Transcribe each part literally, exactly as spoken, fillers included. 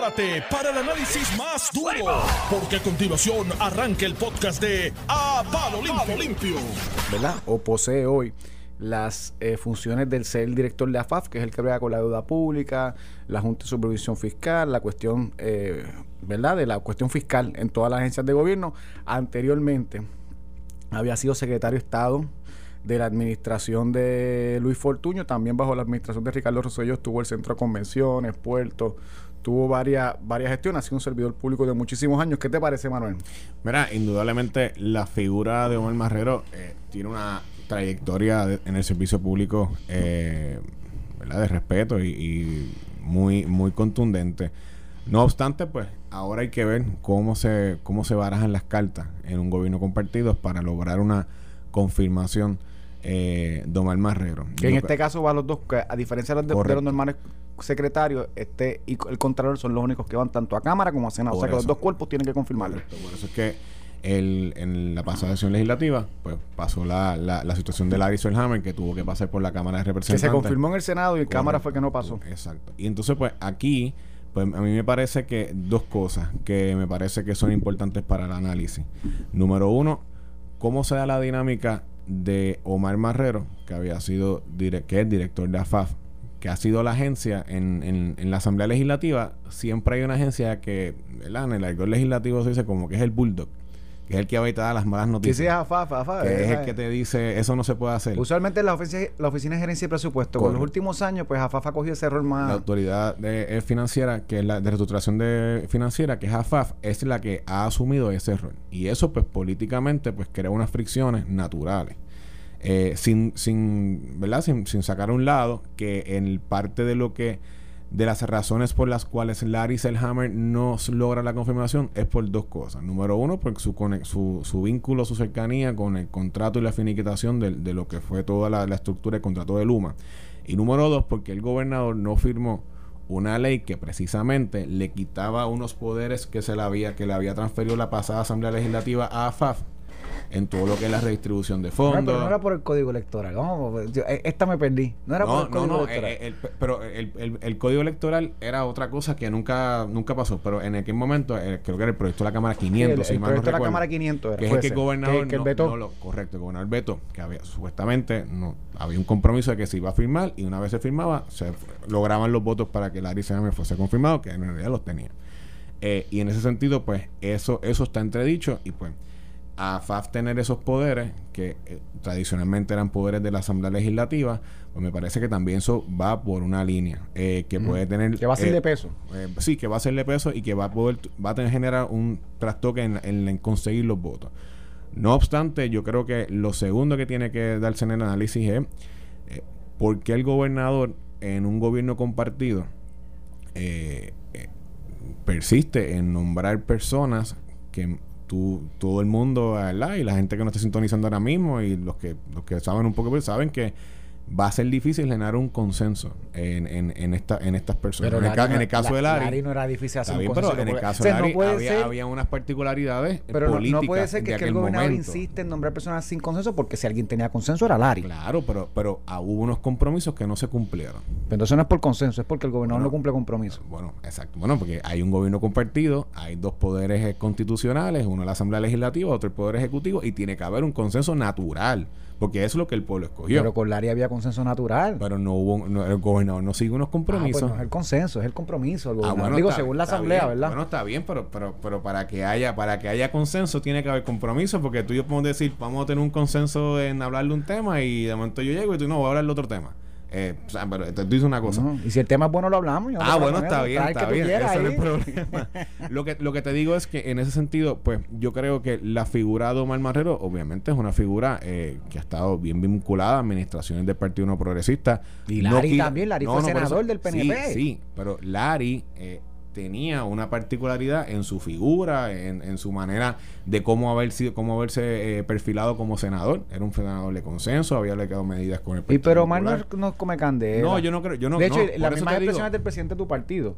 Prepárate para el análisis más duro, porque a continuación arranca el podcast de A Palo Limpio, Limpio. ¿Verdad? O posee hoy las eh, funciones del ser el director de A F A F, que es el que brega con la deuda pública, la Junta de Supervisión Fiscal, la cuestión, eh, ¿verdad?, de la cuestión fiscal en todas las agencias de gobierno. Anteriormente había sido secretario de Estado de la administración de Luis Fortuño, también bajo la administración de Ricardo Rosselló estuvo el Centro de Convenciones, Puertos, tuvo varias, varias gestiones, ha sido un servidor público de muchísimos años. ¿Qué te parece, Manuel? Mira, indudablemente la figura de Omar Marrero eh, tiene una trayectoria de, en el servicio público eh, ¿verdad?, de respeto y, y muy, muy contundente. No obstante, pues ahora hay que ver cómo se, cómo se barajan las cartas en un gobierno compartido para lograr una confirmación eh, de Omar Marrero. Que en este caso va a los dos, que a diferencia de, de los normales secretarios, este y el Contralor son los únicos que van tanto a Cámara como a Senado. Por o sea eso, que los dos cuerpos tienen que confirmarlo. Correcto. Por eso es que el, en la pasada sesión legislativa, pues pasó la, la, la situación de Larry Selhammer, que tuvo que pasar por la Cámara de Representantes. Que se confirmó en el Senado y en Correcto. Cámara fue que no pasó. Exacto. Y entonces, pues aquí, pues a mí me parece que dos cosas que me parece que son importantes para el análisis. Número uno, cómo se da la dinámica de Omar Marrero, que había sido dire- que es director de A F A F, que ha sido la agencia en, en, en la Asamblea Legislativa. Siempre hay una agencia que, ¿verdad?, en el argot legislativo se dice como que es el bulldog, que es el que ahorita da las malas noticias. Sí, sí, es A F A F, A F A F. Que es el que te dice, eso no se puede hacer. Usualmente la oficina, la oficina de gerencia y presupuesto, con los últimos años, pues A F A F ha cogido ese rol más. La autoridad de, eh, financiera, que es la de reestructuración de financiera, que es A F A F, es la que ha asumido ese rol. Y eso, pues, políticamente, pues, crea unas fricciones naturales. Eh, sin, sin, ¿verdad? Sin, sin sacar a un lado que en parte de lo que de las razones por las cuales Larry Selhammer no logra la confirmación es por dos cosas. Número uno, por su, su, su vínculo, su cercanía con el contrato y la finiquitación de, de lo que fue toda la, la estructura del contrato de Luma. Y número dos, porque el gobernador no firmó una ley que precisamente le quitaba unos poderes que se le había, que le había transferido la pasada Asamblea Legislativa a A F A F en todo lo que es la redistribución de fondos. No, pero no era por el Código Electoral. Vamos, yo, esta me perdí. No era no, por el Código no, no, Electoral. El, el, pero el, el, el Código Electoral era otra cosa que nunca nunca pasó. Pero en aquel momento, eh, creo que era el proyecto de la Cámara quinientos. Sí, el, el si proyecto mal no de la recuerdo, Cámara quinientos era. Que es el que el gobernador que, que el no, veto. no lo, correcto, el gobernador veto, que había supuestamente no había un compromiso de que se iba a firmar y una vez se firmaba, se lograban los votos para que Larry Selhammer fuese confirmado, que en realidad los tenía. Eh, y en ese sentido, pues, eso, eso está entredicho y pues a F A F tener esos poderes que eh, tradicionalmente eran poderes de la Asamblea Legislativa, pues me parece que también eso va por una línea eh, que mm. puede tener que va a ser eh, de peso eh, sí, que va a ser de peso y que va a poder va a tener generar un trastoque en, en, en conseguir los votos. No obstante, yo creo que lo segundo que tiene que darse en el análisis es eh, por qué el gobernador en un gobierno compartido eh, eh, persiste en nombrar personas que Tú, todo el mundo, ¿verdad?, y la gente que nos está sintonizando ahora mismo y los que los que saben un poco pues, saben que va a ser difícil generar un consenso en, en, en, esta, en estas personas. Pero en, el, Larry, en el caso la, de Larry, Larry no era difícil hacer bien, un consenso. pero en el caso o sea, de Larry no había, ser, había unas particularidades pero políticas. No puede ser que, que el gobernador momento. insiste en nombrar personas sin consenso, porque si alguien tenía consenso era Larry. Claro, pero, pero ah, hubo unos compromisos que no se cumplieron. Pero entonces no es por consenso, es porque el gobernador bueno, no cumple compromisos. Bueno, exacto. Bueno, porque hay un gobierno compartido, hay dos poderes constitucionales, uno la Asamblea Legislativa, otro el Poder Ejecutivo, y tiene que haber un consenso natural. Porque eso es lo que el pueblo escogió. Pero con Larry había consenso natural. Pero no hubo, no, el gobernador no sigue unos compromisos. Ah, pues no es el consenso, es el compromiso. El ah, bueno, Digo, está, según la asamblea, bien, ¿verdad? Bueno, está bien, pero, pero, pero para que haya, para que haya consenso tiene que haber compromiso, porque tú y yo podemos decir, vamos a tener un consenso en hablar de un tema y de momento yo llego y tú no, voy a hablar de otro tema. Eh, o sea, pero te dices una cosa. No, y si el tema es bueno lo hablamos. No ah, bueno, está bien, está bien. Eso no es problema. lo, que, lo que te digo es que en ese sentido, pues yo creo que la figura de Omar Marrero obviamente es una figura eh, que ha estado bien vinculada a administraciones del Partido No Progresista. Y Larry no, también, Larry no, fue no, senador eso, del P N P. Sí, sí, pero Larry eh, tenía una particularidad en su figura, en, en su manera de cómo haber sido, cómo haberse eh, perfilado como senador. Era un senador de consenso, había aplicado medidas con el Partido Y pero Omar no, no come candela. No, yo no creo, yo no. De hecho, no, las mismas expresiones digo, del presidente de tu partido.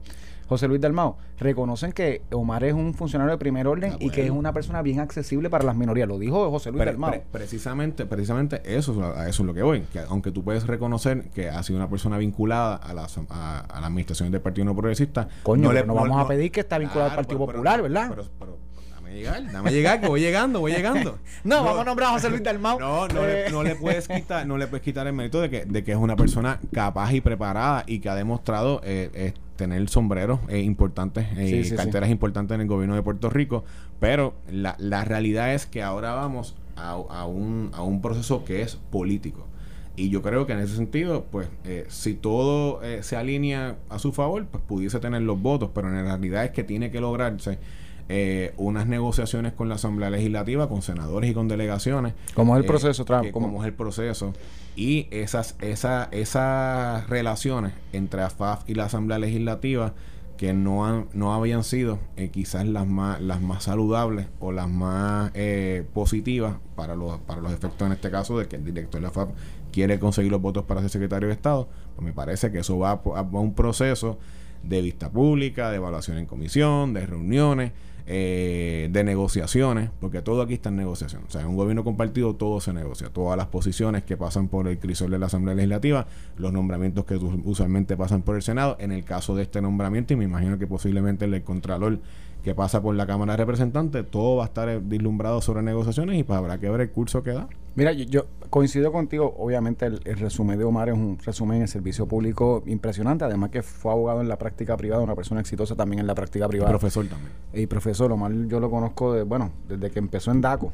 José Luis Dalmau, reconocen que Omar es un funcionario de primer orden y que es una persona bien accesible para las minorías. Lo dijo José Luis Pre, Dalmau. Pre, precisamente, precisamente eso, a eso es lo que voy. Que aunque tú puedes reconocer que ha sido una persona vinculada a las a, a la administración del Partido No Progresista, coño, no, le, no, no vamos no, a pedir que está vinculado claro, al Partido pero, Popular, pero, ¿verdad? Pero, pero, pero, dame llegar, dame llegar, que voy llegando, voy llegando. no, no, vamos a nombrar a José Luis Dalmau. No, no, eh. le, no le puedes quitar, no le puedes quitar el mérito de que, de que es una persona capaz y preparada y que ha demostrado eh, eh, tener sombreros eh, importantes y eh, sí, sí, carteras sí. importantes en el gobierno de Puerto Rico, pero la, la realidad es que ahora vamos a, a, un, a un proceso que es político. Y yo creo que en ese sentido, pues, eh, si todo eh, se alinea a su favor, pues pudiese tener los votos, pero en la realidad es que tiene que lograrse eh, unas negociaciones con la Asamblea Legislativa, con senadores y con delegaciones. ¿Cómo es el proceso, eh, Trump? Que, ¿Cómo es el proceso? Y esas, esa, esas relaciones entre A F A F y la Asamblea Legislativa que no han, no habían sido eh, quizás las más, las más saludables o las más eh, positivas para los, para los efectos en este caso de que el director de la A F A F quiere conseguir los votos para ser secretario de Estado, pues me parece que eso va a, a un proceso de vista pública, de evaluación en comisión, de reuniones, eh, de negociaciones, porque todo aquí está en negociación. O sea, en un gobierno compartido todo se negocia. Todas las posiciones que pasan por el crisol de la Asamblea Legislativa, los nombramientos que usualmente pasan por el Senado, en el caso de este nombramiento, y me imagino que posiblemente el Contralor que pasa por la Cámara de Representantes, todo va a estar vislumbrado sobre negociaciones y pues habrá que ver el curso que da. Mira, yo, yo coincido contigo. Obviamente el, el resumen de Omar es un resumen en servicio público impresionante, además que fue abogado en la práctica privada, una persona exitosa también en la práctica privada. Y profesor también. Y profesor, Omar yo lo conozco de, bueno, desde que empezó en DACO.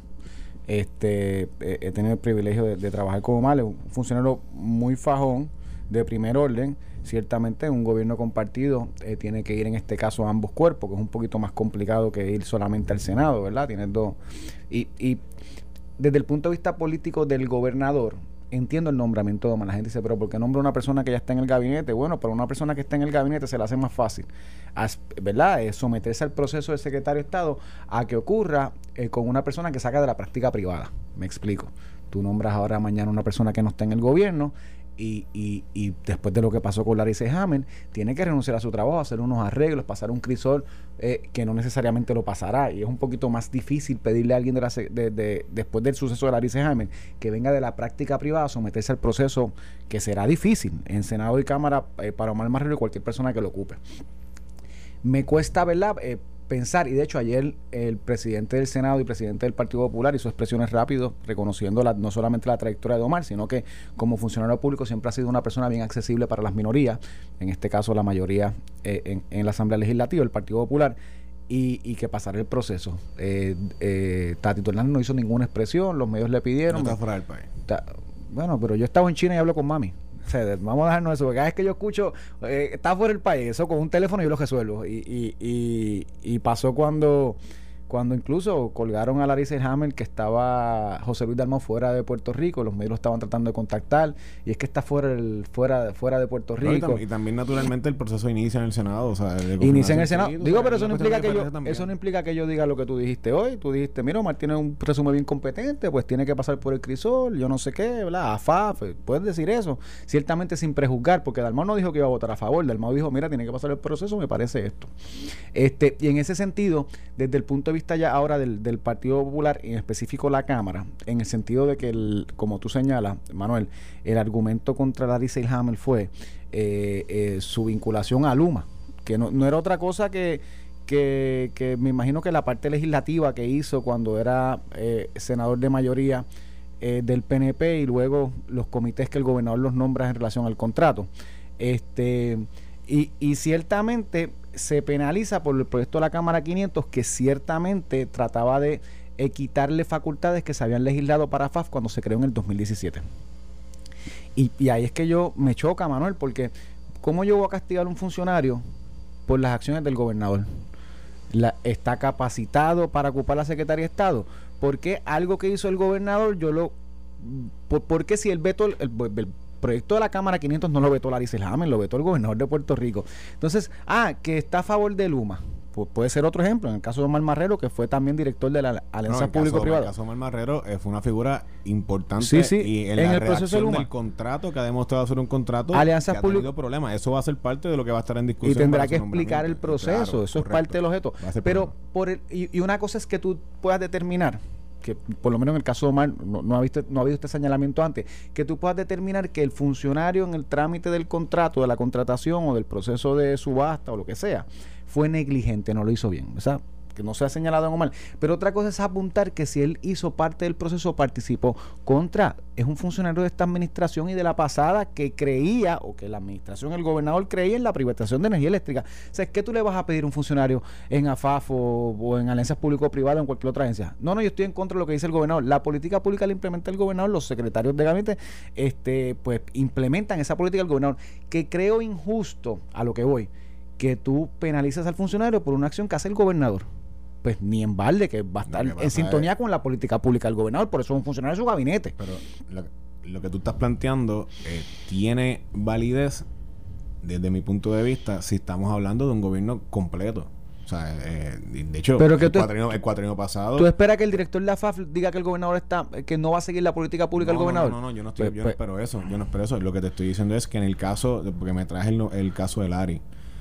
Este, he, he tenido el privilegio de, de trabajar con Omar, es un funcionario muy fajón, de primer orden. Ciertamente un gobierno compartido eh, tiene que ir en este caso a ambos cuerpos, que es un poquito más complicado que ir solamente al Senado, ¿verdad? Tienes dos. Y, y desde el punto de vista político del gobernador, entiendo el nombramiento de Omar. La gente dice, pero ¿por qué nombra a una persona que ya está en el gabinete? Bueno, para una persona que está en el gabinete se le hace más fácil, as, ¿verdad? Eh, someterse al proceso de secretario de Estado a que ocurra eh, con una persona que saca de la práctica privada. Me explico. Tú nombras ahora mañana una persona que no está en el gobierno y, y, y después de lo que pasó con Larry Selhammer, tiene que renunciar a su trabajo, hacer unos arreglos, pasar un crisol eh, que no necesariamente lo pasará, y es un poquito más difícil pedirle a alguien de la, de, de, después del suceso de Larry Selhammer que venga de la práctica privada a someterse al proceso que será difícil en Senado y Cámara eh, para Omar Marrero y cualquier persona que lo ocupe. Me cuesta, ¿verdad?, eh, pensar, y de hecho ayer el presidente del Senado y presidente del Partido Popular hizo expresiones rápidas reconociendo la, no solamente la trayectoria de Omar, sino que como funcionario público siempre ha sido una persona bien accesible para las minorías, en este caso la mayoría eh, en, en la Asamblea Legislativa, el Partido Popular, y, y que pasara el proceso. Eh, eh, Tatito Hernández no hizo ninguna expresión, los medios le pidieron. No está fuera del país. Ta, bueno, pero yo estaba en China y hablo con mami. O sea, vamos a dejarnos eso, porque cada vez que yo escucho eh, está fuera del país, eso con un teléfono yo lo resuelvo. Y, y, y, y pasó cuando cuando incluso colgaron a Larry Selhammer, que estaba José Luis Dalmau fuera de Puerto Rico, los medios lo estaban tratando de contactar, y es que está fuera el, fuera, fuera de Puerto Rico. No, y, tam y también naturalmente el proceso inicia en el Senado, o sea, inicia en el Senado. Digo, o sea, pero eso no implica que yo, eso no implica que yo diga lo que tú dijiste hoy. Tú dijiste, mira, Omar tiene un resumen bien competente, pues tiene que pasar por el crisol, yo no sé qué, ¿verdad? A F A F, puedes decir eso, ciertamente sin prejuzgar, porque Dalmau no dijo que iba a votar a favor, Dalmau dijo, mira, tiene que pasar el proceso, me parece esto. Este, y en ese sentido, desde el punto de vista ya ahora del del Partido Popular, en específico la Cámara, en el sentido de que, el, como tú señalas, Manuel, el argumento contra Larry Selhammer fue eh, eh, su vinculación a Luma, que no, no era otra cosa que, que, que me imagino que la parte legislativa que hizo cuando era eh, senador de mayoría eh, del P N P, y luego los comités que el gobernador los nombra en relación al contrato. Este, y, y ciertamente se penaliza por el proyecto de la Cámara quinientos, que ciertamente trataba de eh, quitarle facultades que se habían legislado para F A F cuando se creó en el dos mil diecisiete. Y, y ahí es que yo me choca, Manuel, porque ¿cómo yo voy a castigar a un funcionario por las acciones del gobernador? La, ¿Está capacitado para ocupar la Secretaría de Estado? ¿Por qué algo que hizo el gobernador yo lo... ¿Por, por qué si el veto... El, el, el proyecto de la Cámara quinientos no lo vetó Larry Selhammer, lo vetó el gobernador de Puerto Rico? Entonces, ah, que está a favor de Luma. pu- puede ser otro ejemplo. En el caso de Omar Marrero, que fue también director de la Alianza no, Público-Privada. En el caso de Omar Marrero eh, fue una figura importante sí, sí, y en, en la el proceso redacción de del contrato que ha demostrado ser un contrato Alianzas que ha público- tenido problemas. Eso va a ser parte de lo que va a estar en discusión. Y tendrá para que su explicar el nombramiento. proceso. Claro, eso correcto. es parte del objeto. Va a ser Pero problema. por el, y, y una cosa es que tú puedas determinar, que por lo menos en el caso de Omar no, no ha visto, no ha habido este señalamiento antes, que tú puedas determinar que el funcionario en el trámite del contrato, de la contratación o del proceso de subasta o lo que sea, fue negligente, no lo hizo bien, ¿verdad? Que no se ha señalado en Omar. Pero otra cosa es apuntar que si él hizo parte del proceso, participó contra, es un funcionario de esta administración y de la pasada que creía, o que la administración, el gobernador creía en la privatización de energía eléctrica. O sea, ¿qué tú le vas a pedir a un funcionario en A F A F o, o en alianzas público-privadas o en cualquier otra agencia? No, no, yo estoy en contra de lo que dice el gobernador. La política pública la implementa el gobernador, los secretarios de gabinete este, pues implementan esa política del gobernador, que creo injusto, a lo que voy, que tú penalizas al funcionario por una acción que hace el gobernador. Pues ni en balde, que va a estar en sintonía es, con la política pública del gobernador, por eso es un funcionario de su gabinete. Pero lo, lo que tú estás planteando eh, tiene validez desde mi punto de vista si estamos hablando de un gobierno completo. O sea, eh, de hecho, pero que el, tú, cuatrienio, el cuatrienio pasado... ¿Tú esperas que el director de la F A F diga que el gobernador está, que no va a seguir la política pública no, del gobernador? No, no, no, yo no, estoy, pues, yo pues, no espero eso, yo no espero eso. Lo que te estoy diciendo es que en el caso, porque me traje el, el caso de Larry,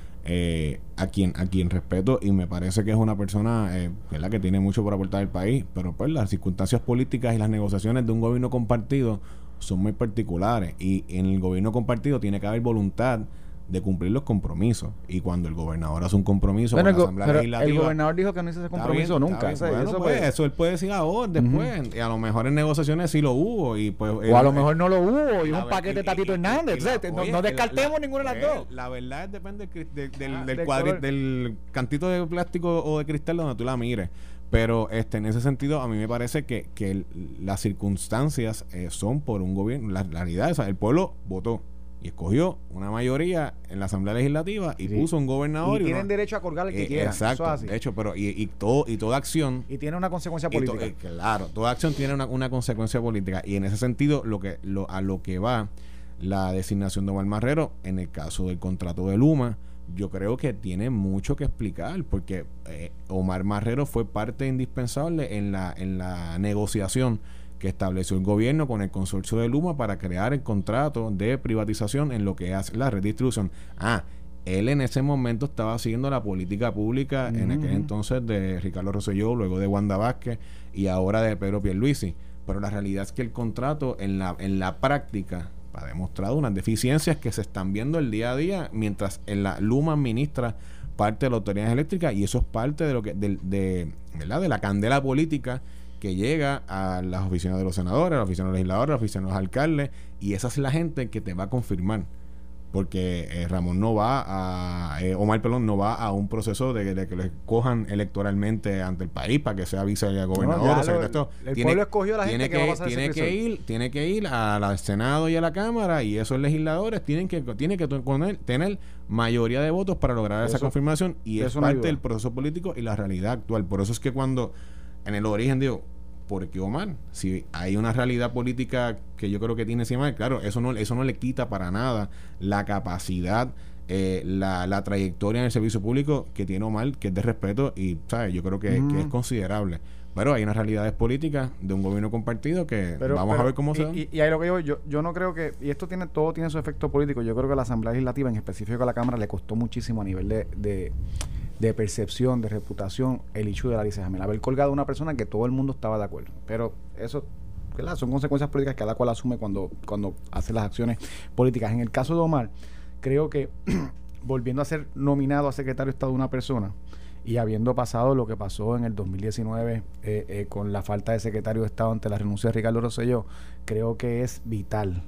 Eh, a quien a quien respeto y me parece que es una persona eh, ¿verdad? Que tiene mucho por aportar al país, pero pues las circunstancias políticas y las negociaciones de un gobierno compartido son muy particulares y en el gobierno compartido tiene que haber voluntad de cumplir los compromisos y cuando el gobernador hace un compromiso bueno, con la Asamblea pero Legislativa, el gobernador dijo que no hizo ese compromiso bien, nunca, bien. O sea, bueno, eso, pues, pues, eso él puede decir ahora, después uh-huh. y a lo mejor en negociaciones sí lo hubo y pues o él, a lo mejor no lo hubo y la, un paquete de Tatito y, Hernández, y, y, o sea, la, no, oye, no descartemos la, ninguna de las pues, dos. La verdad depende del, del, del, ah, del, del, cuadri, del cantito de plástico o de cristal donde tú la mires. Pero este en ese sentido a mí me parece que, que el, las circunstancias eh, son por un gobierno, la, la realidad es, el pueblo votó y escogió una mayoría en la Asamblea Legislativa y sí. puso un gobernador. Y, y tienen una, derecho a colgar al que eh, quieran. Exacto, de hecho, pero y, y, todo, y toda acción... Y tiene una consecuencia política. To, eh, claro, toda acción tiene una, una consecuencia política y en ese sentido lo que lo, a lo que va la designación de Omar Marrero, en el caso del contrato de Luma, yo creo que tiene mucho que explicar porque eh, Omar Marrero fue parte indispensable en la, en la negociación que estableció el gobierno con el consorcio de Luma para crear el contrato de privatización en lo que hace la redistribución. Ah, él en ese momento estaba siguiendo la política pública mm-hmm. en aquel entonces de Ricardo Rosselló, luego de Wanda Vázquez y ahora de Pedro Pierluisi. Pero la realidad es que el contrato en la, en la práctica ha demostrado unas deficiencias que se están viendo el día a día mientras en la Luma administra parte de la autoridad eléctrica y eso es parte de lo que de, de, ¿verdad? de la candela política que llega a las oficinas de los senadores, a las oficinas de los legisladores, a las oficinas de los alcaldes, y esa es la gente que te va a confirmar. Porque eh, Ramón no va a, eh, Omar Pelón no va a un proceso de, de que lo escojan electoralmente ante el país para que sea vicegobernador. No, o sea, lo, esto, el tiene, pueblo escogió a la gente tiene que, que va a pasar tiene que ir, tiene que ir al Senado y a la Cámara, y esos legisladores tienen que, tienen que tener, tener mayoría de votos para lograr eso, esa confirmación, y es parte del proceso político y la realidad actual. Por eso es que cuando en el origen digo, ¿por qué Omar? Si hay una realidad política que yo creo que tiene encima, claro, eso no, eso no le quita para nada la capacidad, eh, la, la trayectoria en el servicio público que tiene Omar, que es de respeto y, ¿sabes? Yo creo que, mm. que es considerable. Pero hay unas realidades políticas de un gobierno compartido que pero, vamos pero, a ver cómo y, se dan. Y, y ahí lo que yo, yo yo no creo que, y esto tiene todo tiene su efecto político, yo creo que la Asamblea Legislativa, en específico a la Cámara, le costó muchísimo a nivel de, de de percepción, de reputación, el issue de la licencia. Haber colgado a una persona que todo el mundo estaba de acuerdo. Pero eso, ¿verdad? Son consecuencias políticas que cada cual asume cuando, cuando hace las acciones políticas. En el caso de Omar, creo que volviendo a ser nominado a secretario de Estado de una persona y habiendo pasado lo que pasó en el dos mil diecinueve eh, eh, con la falta de secretario de Estado ante la renuncia de Ricardo Rosselló, creo que es vital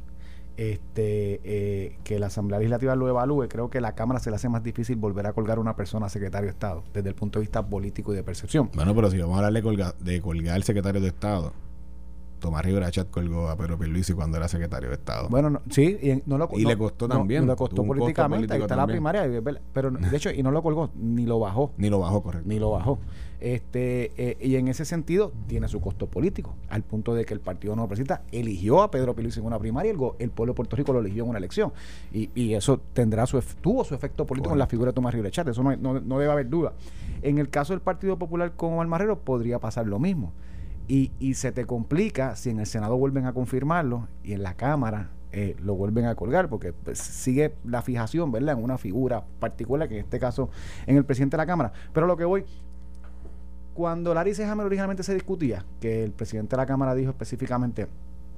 este eh, que la Asamblea Legislativa lo evalúe. Creo que a la Cámara se le hace más difícil volver a colgar a una persona secretario de Estado desde el punto de vista político y de percepción. Bueno, pero si vamos a hablar de colgar, de colgar al secretario de Estado, Tomás Rivera Chat colgó a Pedro Pierluisi cuando era secretario de Estado. Bueno, no, sí, y no lo Y no, le costó no, también. No, le costó políticamente, ahí está también. la primaria, pero de hecho, y no lo colgó, ni lo bajó. Ni lo bajó, correcto. Ni lo bajó. Este, eh, y en ese sentido tiene su costo político, al punto de que el Partido Nuevo Progresista eligió a Pedro Pierluisi en una primaria y el, go, el pueblo de Puerto Rico lo eligió en una elección. Y, y eso tendrá su tuvo su efecto político en la figura de Tomás Rivera Chat, eso no, no, no debe haber duda. En el caso del Partido Popular con Omar Marrero podría pasar lo mismo. Y, y se te complica si en el Senado vuelven a confirmarlo y en la Cámara eh, lo vuelven a colgar, porque pues, sigue la fijación, ¿verdad?, en una figura particular, que en este caso en el presidente de la Cámara. Pero lo que voy, cuando Larry C. Hammer originalmente se discutía, que el presidente de la Cámara dijo específicamente,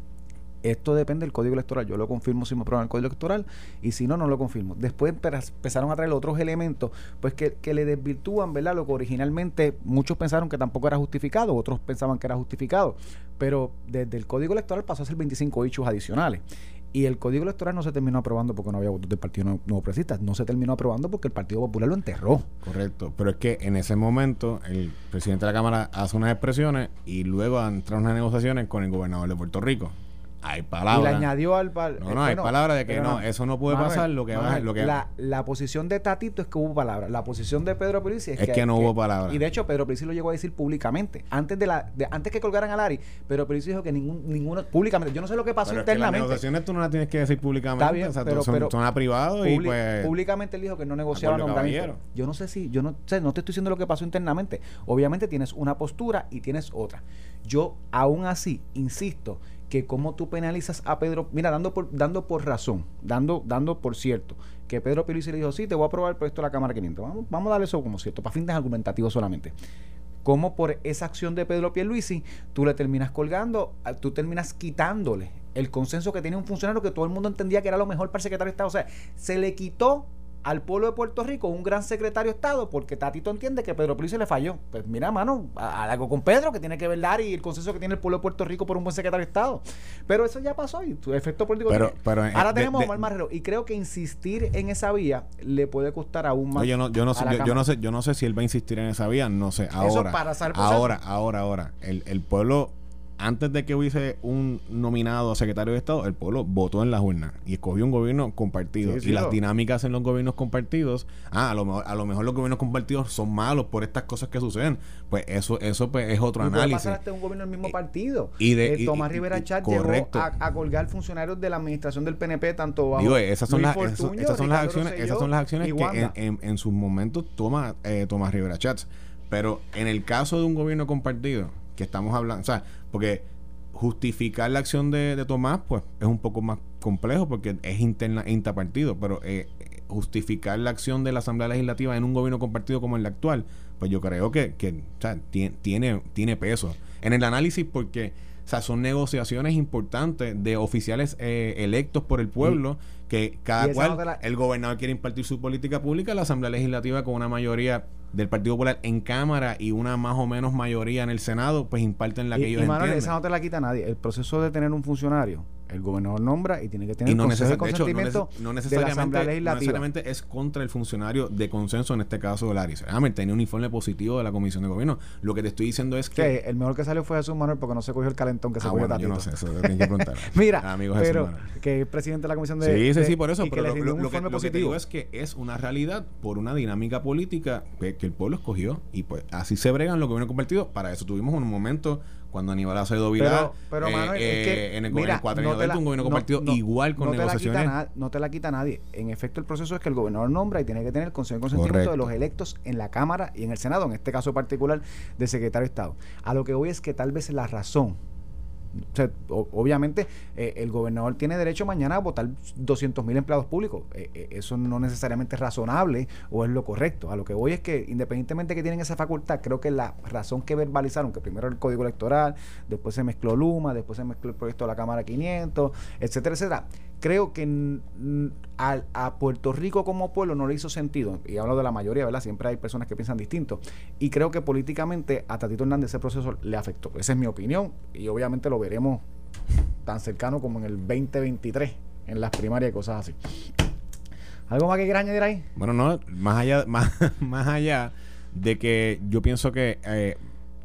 esto depende del Código Electoral, yo lo confirmo si me aprueban el Código Electoral, y si no, no lo confirmo. Después empezaron a traer otros elementos pues que, que le desvirtúan, ¿verdad?, lo que originalmente muchos pensaron que tampoco era justificado, otros pensaban que era justificado, pero desde el Código Electoral pasó a ser veinticinco hechos adicionales. Y el Código Electoral no se terminó aprobando porque no había votos del Partido Nuevo, Nuevo Progresista, no se terminó aprobando porque el Partido Popular lo enterró. Correcto, pero es que en ese momento el presidente de la Cámara hace unas expresiones y luego entra unas negociaciones con el gobernador de Puerto Rico. Hay palabras. Y le añadió al... al no, no, bueno, hay palabras de que no, no, eso no puede Manuel, pasar. Lo que Manuel, va, lo que la, la posición de Tatito es que hubo palabras. La posición de Pedro Pierluisi es, es que, que no que, hubo palabras. Y de hecho, Pedro Pierluisi lo llegó a decir públicamente. Antes de la de, antes que colgaran a Larry, Pedro Pierluisi dijo que ningún, ninguno... Públicamente. Yo no sé lo que pasó pero internamente. Es que las negociaciones tú no las tienes que decir públicamente. Está bien, o sea, pero, son, pero son a privado y pues... Públicamente él dijo que no negociaba nombramiento. Yo no sé si... Yo no sé, no te estoy diciendo lo que pasó internamente. Obviamente tienes una postura y tienes otra. Yo, aún así, insisto que como tú penalizas a Pedro, mira, dando por, dando por razón, dando, dando por cierto, que Pedro Pierluisi le dijo, sí, te voy a aprobar el proyecto de la Cámara quinientos, vamos, vamos a darle eso como cierto, para fines argumentativos solamente. Como por esa acción de Pedro Pierluisi, tú le terminas colgando, tú terminas quitándole el consenso que tiene un funcionario que todo el mundo entendía que era lo mejor para el secretario de Estado. O sea, se le quitó al pueblo de Puerto Rico un gran secretario de Estado porque Tatito entiende que Pedro Pierluisi le falló. Pues mira, mano, algo con Pedro que tiene que ver Larry y el consenso que tiene el pueblo de Puerto Rico por un buen secretario de Estado. Pero eso ya pasó y su efecto político pero, tiene. Pero, Ahora de, tenemos de, a Omar Marrero y creo que insistir en esa vía le puede costar aún más. Yo no, yo no sé, yo, yo no sé, yo no sé si él va a insistir en esa vía, no sé. Ahora, eso para saber ahora, ahora, ahora, el, el pueblo, antes de que hubiese un nominado a secretario de Estado, el pueblo votó en las urnas y escogió un gobierno compartido. Sí, sí, y las no. dinámicas en los gobiernos compartidos, ah, a lo mejor, a lo mejor los gobiernos compartidos son malos por estas cosas que suceden. Pues eso, eso pues, es otro y análisis. Puede pasar hasta un gobierno del mismo partido. Y de, eh, Tomás y, Rivera Chat llegó a, a colgar funcionarios de la administración del P N P, tanto bajo Digo, esas son, Luis las, Fortuño, eso, esas son las acciones, Rosselló, esas son las acciones que en, en, en sus momentos toma eh, Tomás Rivera Chat. Pero en el caso de un gobierno compartido, que estamos hablando, o sea, porque justificar la acción de, de Tomás, pues es un poco más complejo porque es interna, intrapartido, pero eh, justificar la acción de la Asamblea Legislativa en un gobierno compartido como el actual, pues yo creo que, que o sea, tiene, tiene, tiene peso en el análisis porque, o sea, son negociaciones importantes de oficiales eh, electos por el pueblo, sí. que cada cual, no la... el gobernador quiere impartir su política pública, la Asamblea Legislativa con una mayoría del Partido Popular en Cámara y una más o menos mayoría en el Senado, pues imparten la que y, ellos y Manuel, entienden. Esa no te la quita nadie. El proceso de tener un funcionario, el gobernador nombra y tiene que tener y no el consejo de consentimiento hecho, no, neces- no de la Asamblea Legislativa. No necesariamente es contra el funcionario de consenso, en este caso Larry Hammer. Tenía un informe positivo de la Comisión de Gobierno. Lo que te estoy diciendo es que... Sí, el mejor que salió fue Jesús Manuel porque no se cogió el calentón que ah, se cogió bueno, Tatito. yo no sé, eso tengo que preguntar. Mira, amigo pero Jesús Manuel. Que es presidente de la Comisión de... Sí, sí, de, sí, por eso. Pero lo, lo, lo, que, lo que te digo es que es una realidad por una dinámica política que, que el pueblo escogió y pues así se bregan los gobiernos compartidos. Para eso tuvimos un momento cuando Aníbal Acevedo Vilá pero, pero, eh, Manuel, eh, es que, en el, mira, el cuatrienio no de la, un gobierno no, compartido no, igual con no negociaciones. Te la quita, no te la quita nadie. En efecto, el proceso es que el gobernador nombra y tiene que tener el consejo de consentimiento de los electos en la Cámara y en el Senado, en este caso particular del secretario de Estado. A lo que voy es que tal vez la razón, o sea, o, obviamente eh, el gobernador tiene derecho mañana a votar doscientos mil empleados públicos. Eh, eh, eso no necesariamente es razonable o es lo correcto. A lo que voy es que independientemente que tienen esa facultad, creo que la razón que verbalizaron, que primero el Código Electoral, después se mezcló Luma, después se mezcló el proyecto de la Cámara quinientos, etcétera, etcétera. Creo que n- n- a, a Puerto Rico como pueblo no le hizo sentido, y hablo de la mayoría, ¿verdad? Siempre hay personas que piensan distinto, y creo que políticamente a Tatito Hernández ese proceso le afectó. Esa es mi opinión, y obviamente lo veremos tan cercano como en el veinte veintitrés, en las primarias y cosas así. ¿Algo más que quieras añadir ahí? Bueno, no, más allá, más, más allá de que yo pienso que eh,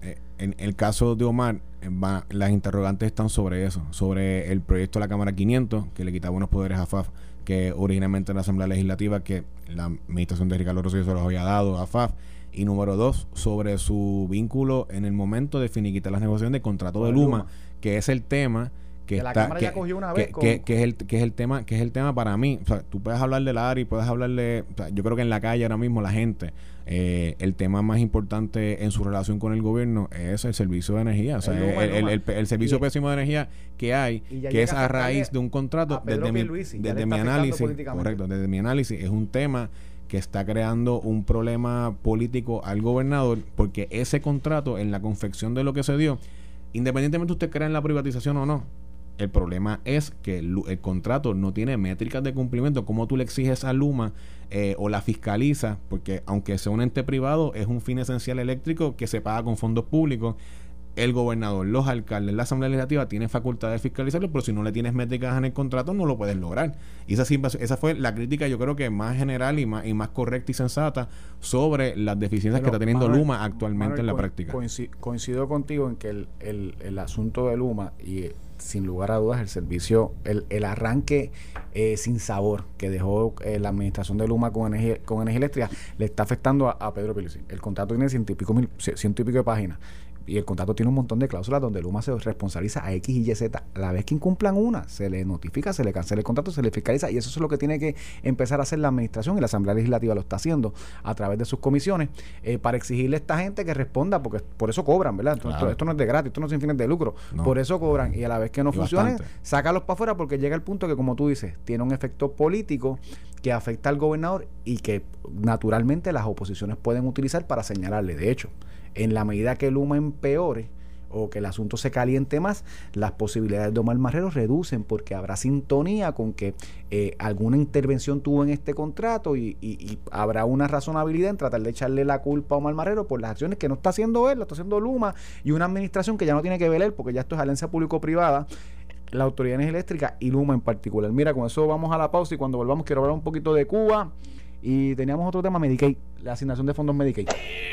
eh, en el caso de Omar, eh, va, las interrogantes están sobre eso, sobre el proyecto de la Cámara quinientos, que le quitaba unos poderes a F A F, que originalmente en la Asamblea Legislativa, que la administración de Ricardo Rosselló se los había dado a F A F. Y número dos, sobre su vínculo en el momento de finiquitar las negociaciones de contrato de Luma, Luma, que es el tema que, que está, que, que, con... que, que es el que es el tema que es el tema para mí. O sea, tú puedes hablar del área y puedes hablarle, o sea, yo creo que en la calle ahora mismo la gente, eh, el tema más importante en su relación con el gobierno es el servicio de energía, o sea, el, Luma, el, el, el, el servicio y, pésimo de energía que hay, que es a raíz de un contrato. Desde mi, desde mi análisis, correcto, desde mi análisis es un tema que está creando un problema político al gobernador, porque ese contrato, en la confección de lo que se dio, independientemente usted crea en la privatización o no, el problema es que el, el contrato no tiene métricas de cumplimiento. ¿Cómo tú le exiges a Luma eh, o la fiscaliza? Porque aunque sea un ente privado, es un fin esencial eléctrico que se paga con fondos públicos. El gobernador, los alcaldes, la Asamblea Legislativa tienen facultad de fiscalizarlo, pero si no le tienes métricas en el contrato no lo puedes lograr. Y esa, esa fue la crítica, yo creo que más general y más, y más correcta y sensata sobre las deficiencias pero, que está teniendo Manuel, Luma actualmente Manuel, en la co práctica. Coincido, coincido contigo en que el, el, el asunto de Luma y sin lugar a dudas el servicio, el, el arranque eh, sin sabor que dejó eh, la administración de Luma con energía, con energía eléctrica le está afectando a, a Pedro Pierluisi. El contrato tiene ciento y pico mil, ciento y pico de páginas. Y el contrato tiene un montón de cláusulas donde Luma se responsabiliza a X y Y Z. A la vez que incumplan una, se le notifica, se le cancela el contrato, se le fiscaliza, y eso es lo que tiene que empezar a hacer la administración, y la Asamblea Legislativa lo está haciendo a través de sus comisiones, eh, para exigirle a esta gente que responda, porque por eso cobran, ¿verdad? Claro. Esto, esto no es de gratis, esto no es sin fines de lucro, no. Por eso cobran, y a la vez que no y funcione, bastante. Sácalos para afuera, porque llega el punto que, como tú dices, tiene un efecto político que afecta al gobernador y que naturalmente las oposiciones pueden utilizar para señalarle. De hecho, en la medida que Luma empeore o que el asunto se caliente más, las posibilidades de Omar Marrero reducen, porque habrá sintonía con que eh, alguna intervención tuvo en este contrato y, y, y habrá una razonabilidad en tratar de echarle la culpa a Omar Marrero por las acciones que no está haciendo él, lo está haciendo Luma, y una administración que ya no tiene que ver él, porque ya esto es alianza público-privada, la Autoridad de Energía Eléctrica y Luma en particular. Mira, con eso vamos a la pausa, y cuando volvamos quiero hablar un poquito de Cuba, y teníamos otro tema, Medicaid, la asignación de fondos Medicaid.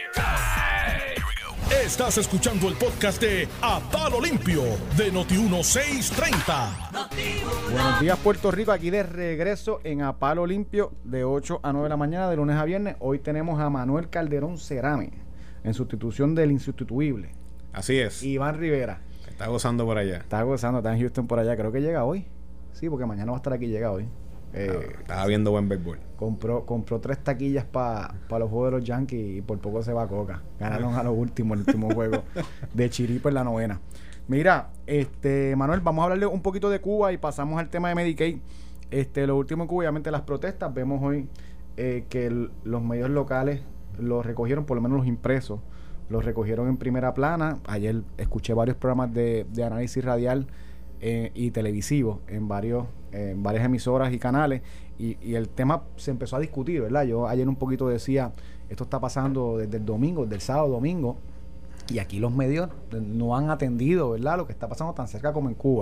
Estás escuchando el podcast de A Palo Limpio de Noti uno seiscientos treinta. Buenos días, Puerto Rico, aquí de regreso en A Palo Limpio de ocho a nueve de la mañana, de lunes a viernes. Hoy tenemos a Manuel Calderón Cerame en sustitución del insustituible. Así es. Iván Rivera. Está gozando por allá. Está gozando, está en Houston por allá. Creo que llega hoy. Sí, porque mañana va a estar aquí, llega hoy. Eh, estaba viendo buen béisbol. Compró, compró tres taquillas para pa los juegos de los Yankees y por poco se va a Coca. Ganaron a lo último, el último juego de Chiripa en la novena. Mira, este Manuel, vamos a hablarle un poquito de Cuba y pasamos al tema de Medicaid. Este, lo último en Cuba, obviamente las protestas. Vemos hoy eh, que el, los medios locales los recogieron, por lo menos los impresos, los recogieron en primera plana. Ayer escuché varios programas de, de análisis radial Eh, y televisivo en varios eh, en varias emisoras y canales, y, y el tema se empezó a discutir, ¿verdad? Yo ayer un poquito decía, esto está pasando desde el domingo, desde el sábado domingo, y aquí los medios no han atendido, ¿verdad?, lo que está pasando tan cerca como en Cuba.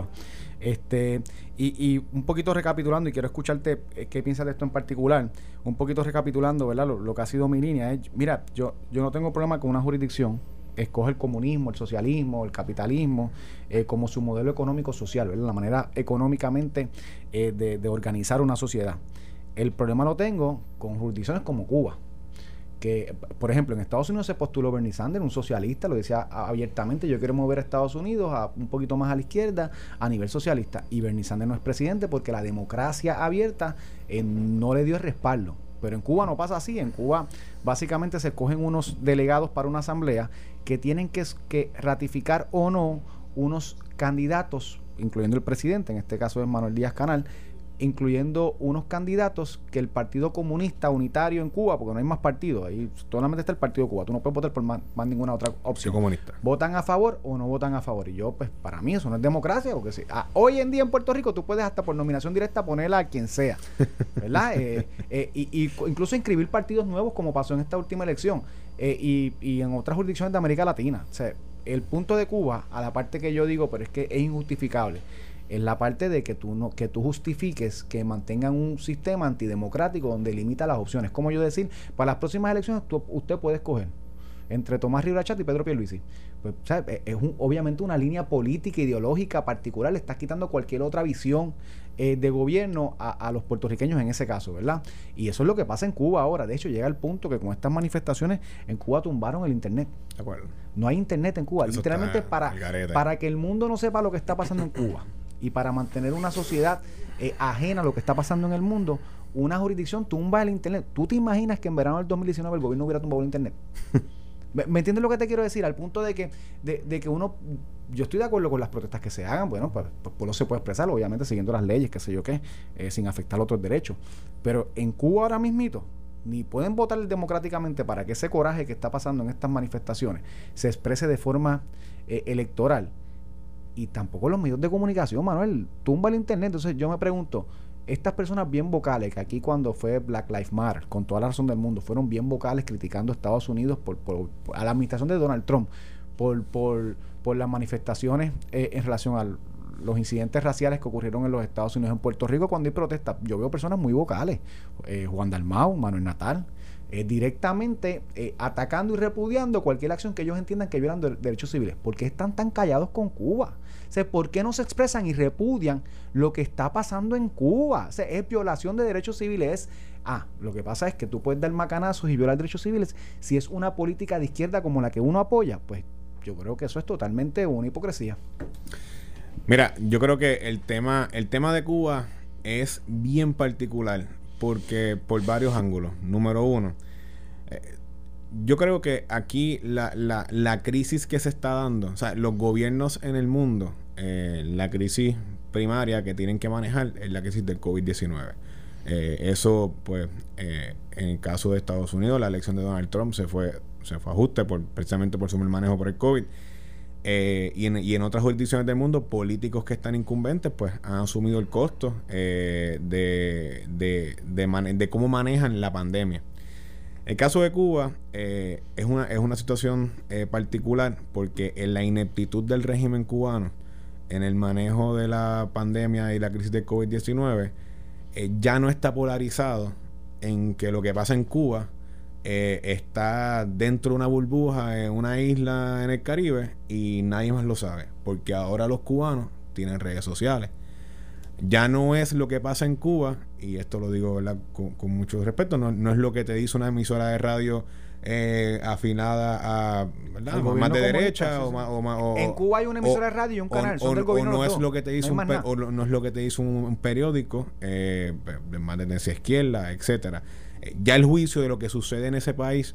Este y, y un poquito recapitulando, y quiero escucharte eh, qué piensas de esto en particular, un poquito recapitulando, ¿verdad?, lo, lo que ha sido mi línea. Es, mira, yo, yo no tengo problema con una jurisdicción escoge el comunismo, el socialismo, el capitalismo eh, como su modelo económico social, ¿verdad?, la manera económicamente eh, de, de organizar una sociedad. El problema lo tengo con jurisdicciones como Cuba, que, por ejemplo, en Estados Unidos se postuló Bernie Sanders, un socialista, lo decía abiertamente: yo quiero mover a Estados Unidos a un poquito más a la izquierda a nivel socialista, y Bernie Sanders no es presidente porque la democracia abierta eh, no le dio el respaldo. Pero en Cuba no pasa así. En Cuba básicamente se escogen unos delegados para una asamblea que tienen que, que ratificar o no unos candidatos, incluyendo el presidente, en este caso es Manuel Díaz Canal, incluyendo unos candidatos que el Partido Comunista Unitario en Cuba, porque no hay más partidos, ahí solamente está el Partido Cuba, tú no puedes votar por más, más ninguna otra opción. Comunista. ¿Votan a favor o no votan a favor? Y yo, pues, para mí eso no es democracia, porque si, ah, hoy en día en Puerto Rico tú puedes hasta por nominación directa ponerla a quien sea, ¿verdad? eh, eh, y, y incluso inscribir partidos nuevos, como pasó en esta última elección, eh, y, y en otras jurisdicciones de América Latina. O sea, el punto de Cuba, a la parte que yo digo, pero es que es injustificable, es la parte de que tú no que tú justifiques que mantengan un sistema antidemocrático donde limita las opciones. Como yo decir, para las próximas elecciones tú, usted puede escoger entre Tomás Rivera Chat y Pedro Pierluisi. Pues, ¿sabes? Es un, obviamente una línea política, ideológica, particular, le estás quitando cualquier otra visión eh, de gobierno a, a los puertorriqueños en ese caso, ¿verdad? Y eso es lo que pasa en Cuba ahora. De hecho, llega el punto que con estas manifestaciones en Cuba tumbaron el internet. De acuerdo. No hay internet en Cuba. Eso literalmente para, para que el mundo no sepa lo que está pasando en Cuba y para mantener una sociedad eh, ajena a lo que está pasando en el mundo, una jurisdicción tumba el internet. ¿Tú te imaginas que en verano del dos mil diecinueve el gobierno hubiera tumbado el internet? ¿Me, ¿Me entiendes lo que te quiero decir? Al punto de que, de, de que uno... Yo estoy de acuerdo con las protestas que se hagan. Bueno, pues el pueblo se puede expresar, obviamente siguiendo las leyes, qué sé yo qué, eh, sin afectar otros derechos. Pero en Cuba ahora mismito, ni pueden votar democráticamente para que ese coraje que está pasando en estas manifestaciones se exprese de forma eh, electoral. Y tampoco los medios de comunicación, Manuel, tumba el internet. Entonces yo me pregunto, estas personas bien vocales, que aquí cuando fue Black Lives Matter, con toda la razón del mundo, fueron bien vocales criticando a Estados Unidos por, por, por a la administración de Donald Trump, por, por, por las manifestaciones eh, en relación a los incidentes raciales que ocurrieron en los Estados Unidos, en Puerto Rico, cuando hay protestas. Yo veo personas muy vocales, eh, Juan Dalmau, Manuel Natal, eh, directamente eh, atacando y repudiando cualquier acción que ellos entiendan que violan de, derechos civiles. ¿Por qué están tan callados con Cuba? O sea, ¿por qué no se expresan y repudian lo que está pasando en Cuba? O sea, es violación de derechos civiles. Es, ah, lo que pasa es que tú puedes dar macanazos y violar derechos civiles si es una política de izquierda como la que uno apoya. Pues yo creo que eso es totalmente una hipocresía. Mira, yo creo que el tema, el tema de Cuba es bien particular porque por varios ángulos. Número uno, eh, yo creo que aquí la, la, la crisis que se está dando, o sea, los gobiernos en el mundo, eh, la crisis primaria que tienen que manejar es la crisis del COVID diecinueve. Eh, eso, pues, eh, en el caso de Estados Unidos, la elección de Donald Trump se fue, se fue a ajuste por, precisamente por su mal manejo por el COVID. Eh, y, en, y en otras jurisdicciones del mundo, políticos que están incumbentes pues han asumido el costo eh, de, de, de, mane- de cómo manejan la pandemia. El caso de Cuba eh, es, una, es una situación eh, particular porque en la ineptitud del régimen cubano en el manejo de la pandemia y la crisis del COVID diecinueve eh, ya no está polarizado en que lo que pasa en Cuba Eh, está dentro de una burbuja en una isla en el Caribe y nadie más lo sabe, porque ahora los cubanos tienen redes sociales. Ya no es lo que pasa en Cuba, y esto lo digo, ¿verdad?, con, con mucho respeto, no, no es lo que te dice una emisora de radio eh, afinada a, ¿verdad?, más de derecha o más, o más o, en Cuba hay una emisora o, de radio y un canal, o, son del gobierno. O no los es dos. lo que te dice no un pe- o no es lo que te dice un, un periódico eh, de más tendencia izquierda, etcétera. Ya el juicio de lo que sucede en ese país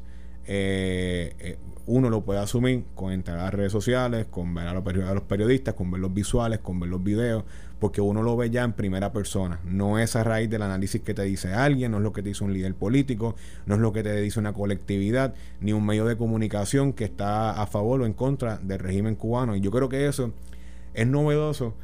eh, eh, uno lo puede asumir con entrar a las redes sociales, con ver a los, peri- a los periodistas, con ver los visuales, con ver los videos, porque uno lo ve ya en primera persona. No es a raíz del análisis que te dice alguien, no es lo que te dice un líder político, no es lo que te dice una colectividad, ni un medio de comunicación que está a favor o en contra del régimen cubano. Y yo creo que eso es novedoso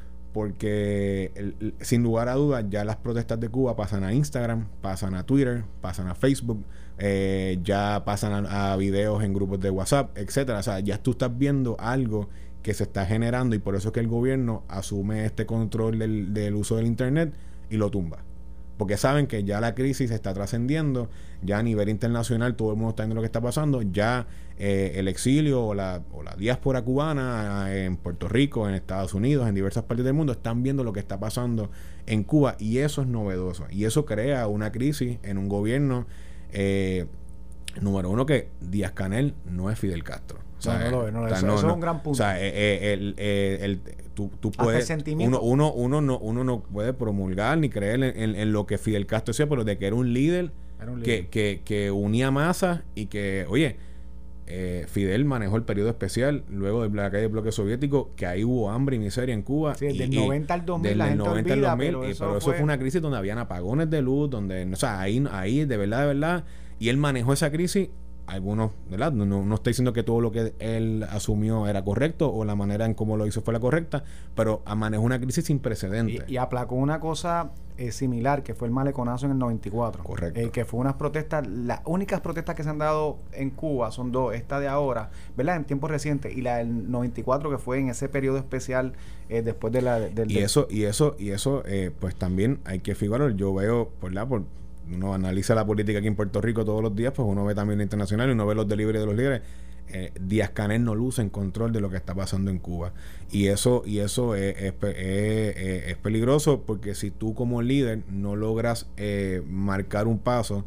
porque el, el, sin lugar a dudas ya las protestas de Cuba pasan a Instagram, pasan a Twitter, pasan a Facebook, eh, ya pasan a, a videos en grupos de WhatsApp, etcétera. O sea, ya tú estás viendo algo que se está generando y por eso es que el gobierno asume este control del, del uso del internet y lo tumba. Porque saben que ya la crisis está trascendiendo, ya a nivel internacional todo el mundo está viendo lo que está pasando, ya eh, el exilio o la, o la diáspora cubana en Puerto Rico, en Estados Unidos, en diversas partes del mundo, están viendo lo que está pasando en Cuba y eso es novedoso. Y eso crea una crisis en un gobierno, eh, número uno, que Díaz-Canel no es Fidel Castro. O sea, no, no, no, no, o sea, eso, no, eso no, es un gran punto. O sea, eh, eh, el, eh, el, tú, tú puedes, uno, uno, uno, no, uno no puede promulgar ni creer en, en, en lo que Fidel Castro decía, pero de que era un líder, era un líder. Que, que, que unía masas y que, oye, eh, Fidel manejó el periodo especial luego de la caída del bloque soviético, que ahí hubo hambre y miseria en Cuba. Sí, y, del y, noventa al dos mil, del la gente noventa olvida, al dos mil, pero, y, eso, pero eso fue... fue una crisis donde habían apagones de luz, donde, o sea, ahí, ahí de verdad, de verdad, y él manejó esa crisis. Algunos, ¿verdad? No, no, no estoy diciendo que todo lo que él asumió era correcto o la manera en cómo lo hizo fue la correcta, pero manejó una crisis sin precedentes. Y, y aplacó una cosa eh, similar, que fue el maleconazo en el noventa y cuatro. Correcto. Eh, que fue unas protestas, las únicas protestas que se han dado en Cuba son dos, esta de ahora, ¿verdad? En tiempos recientes, y la del noventa y cuatro, que fue en ese periodo especial eh, después de la... Del, y eso, y eso, y eso eh, pues también hay que figurar. Yo veo, ¿verdad? Por uno analiza la política aquí en Puerto Rico todos los días, pues uno ve también la internacional y uno ve los delibres de los líderes. eh, Díaz-Canel no luce en control de lo que está pasando en Cuba. Y eso, y eso es, es, es, es, es peligroso, porque si tú como líder no logras eh, marcar un paso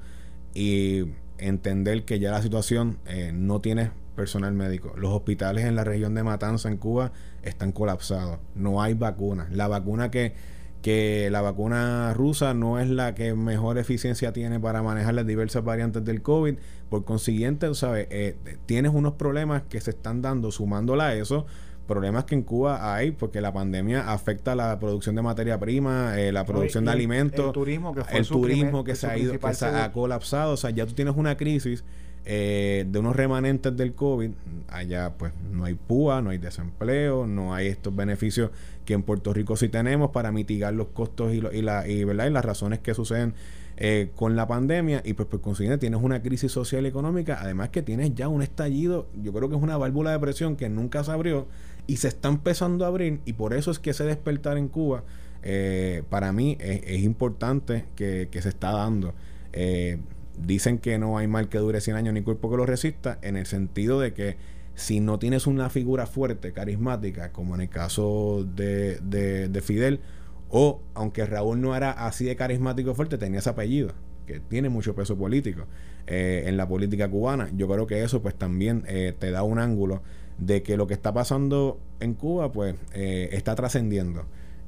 y entender que ya la situación eh, no tiene personal médico. Los hospitales en la región de Matanza, en Cuba, están colapsados. No hay vacuna. La vacuna que, que la vacuna rusa no es la que mejor eficiencia tiene para manejar las diversas variantes del COVID. Por consiguiente, ¿sabes? Eh, tienes unos problemas que se están dando, sumándola a eso, problemas que en Cuba hay, porque la pandemia afecta la producción de materia prima, eh, la producción no, de el, alimentos, el turismo que, fue el turismo primer, que se ha ido, que se ha colapsado. O sea, ya tú tienes una crisis eh, de unos remanentes del COVID. Allá pues no hay púa, no hay desempleo, no hay estos beneficios que en Puerto Rico sí tenemos para mitigar los costos y, lo, y, la, y, ¿verdad? y las razones que suceden eh, con la pandemia. Y pues por consiguiente tienes una crisis social y económica, además que tienes ya un estallido. Yo creo que es una válvula de presión que nunca se abrió y se está empezando a abrir, y por eso es que ese despertar en Cuba eh, para mí es, es importante que, que se está dando. Eh, dicen que no hay mal que dure cien años ni cuerpo que lo resista, en el sentido de que si no tienes una figura fuerte, carismática, como en el caso de, de, de Fidel, o aunque Raúl no era así de carismático fuerte, tenía ese apellido que tiene mucho peso político eh, en la política cubana. Yo creo que eso pues también eh, te da un ángulo de que lo que está pasando en Cuba pues eh, está trascendiendo,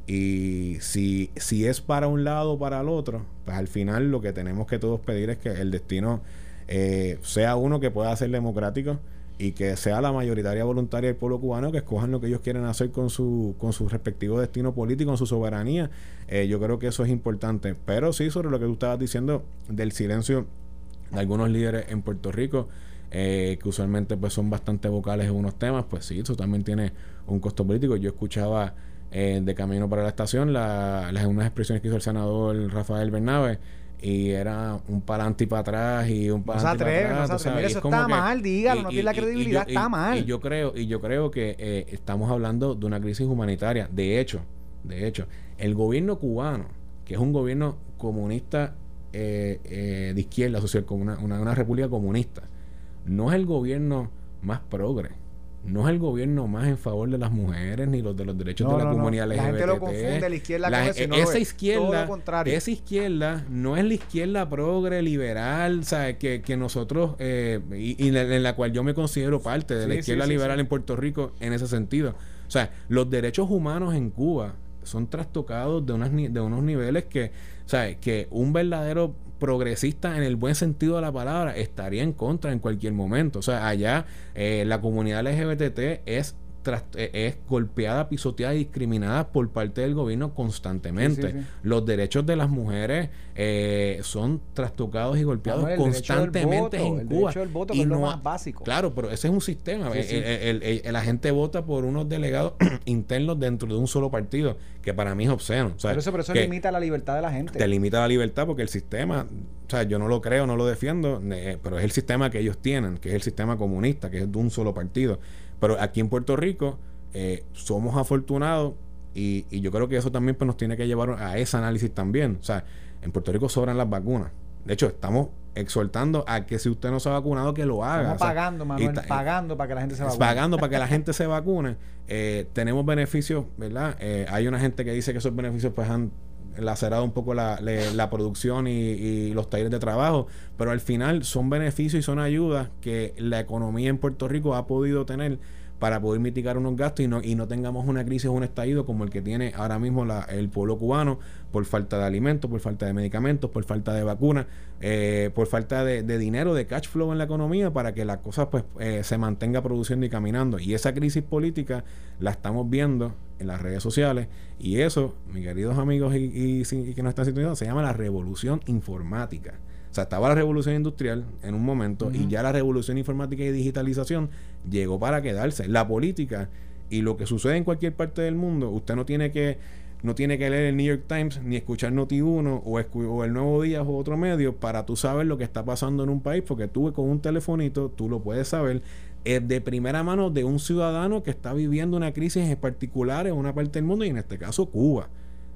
y si, si es para un lado o para el otro, pues al final lo que tenemos que todos pedir es que el destino eh, sea uno que pueda ser democrático, y que sea la mayoritaria voluntaria del pueblo cubano que escojan lo que ellos quieren hacer con su con su respectivo destino político, con su soberanía. Eh, yo creo que eso es importante. Pero sí, sobre lo que tú estabas diciendo del silencio de algunos líderes en Puerto Rico, eh, que usualmente pues son bastante vocales en unos temas, pues sí, eso también tiene un costo político. Yo escuchaba eh, de camino para la estación la, las unas expresiones que hizo el senador Rafael Bernabe, y era un pa'lante y para atrás y un pa'lante y para atrás. No se atreve, eso está mal, dígalo, no tiene la credibilidad, está mal. Y yo creo, y yo creo que eh, estamos hablando de una crisis humanitaria. De hecho, de hecho, el gobierno cubano, que es un gobierno comunista eh, eh, de izquierda, social, como una, una, una república comunista, no es el gobierno más progre, no es el gobierno más en favor de las mujeres ni los de los derechos no, de la no, comunidad no. L G B T. La gente lo confunde la izquierda la, con eso, no esa izquierda, todo lo contrario. Esa izquierda no es la izquierda progre, liberal, ¿sabes? Que, que nosotros, eh, y, y en la cual yo me considero parte de sí, la izquierda sí, sí, liberal sí. en Puerto Rico en ese sentido. O sea, los derechos humanos en Cuba son trastocados de, unas, de unos niveles que, ¿sabes? Que un verdadero progresista en el buen sentido de la palabra estaría en contra en cualquier momento. O sea, allá eh, la comunidad L G B T es Tras, es golpeada, pisoteada y discriminada por parte del gobierno constantemente. Sí, sí, sí. Los derechos de las mujeres eh, son trastocados y golpeados no, constantemente voto, en el Cuba. Derecho del voto, y que no, es lo más básico. Claro, pero ese es un sistema. Sí, el, sí. El, el, el, el, la gente vota por unos delegados internos dentro de un solo partido, que para mí es obsceno. O sea, pero eso, pero eso limita la libertad de la gente. Te limita la libertad porque el sistema, o sea, yo no lo creo, no lo defiendo, eh, pero es el sistema que ellos tienen, que es el sistema comunista, que es de un solo partido. Pero aquí en Puerto Rico Eh, somos afortunados, y, y yo creo que eso también pues, nos tiene que llevar a ese análisis también. O sea, en Puerto Rico sobran las vacunas. De hecho, estamos exhortando a que si usted no se ha vacunado, que lo haga. Estamos o sea, pagando, Manuel, está, pagando para que la gente se vacune. Pagando para que la gente se vacune. Eh, tenemos beneficios, ¿verdad? Eh, hay una gente que dice que esos beneficios pues han lacerado un poco la, la, la producción y, y los talleres de trabajo, pero al final son beneficios y son ayudas que la economía en Puerto Rico ha podido tener para poder mitigar unos gastos y no, y no tengamos una crisis o un estallido como el que tiene ahora mismo la, el pueblo cubano, por falta de alimentos, por falta de medicamentos, por falta de vacunas, eh, por falta de, de dinero, de cash flow en la economía, para que las cosas pues eh, se mantenga produciendo y caminando. Y esa crisis política la estamos viendo en las redes sociales, y eso, mis queridos amigos y, y, y que nos están sintonizando, se llama la revolución informática. O sea, estaba la revolución industrial en un momento, uh-huh. y ya la revolución informática y digitalización llegó para quedarse. La política y lo que sucede en cualquier parte del mundo, usted no tiene que no tiene que leer el New York Times ni escuchar Noti uno o, escu- o el Nuevo Día o otro medio para tú saber lo que está pasando en un país, porque tú con un telefonito tú lo puedes saber eh, de primera mano de un ciudadano que está viviendo una crisis en particular en una parte del mundo, y en este caso Cuba.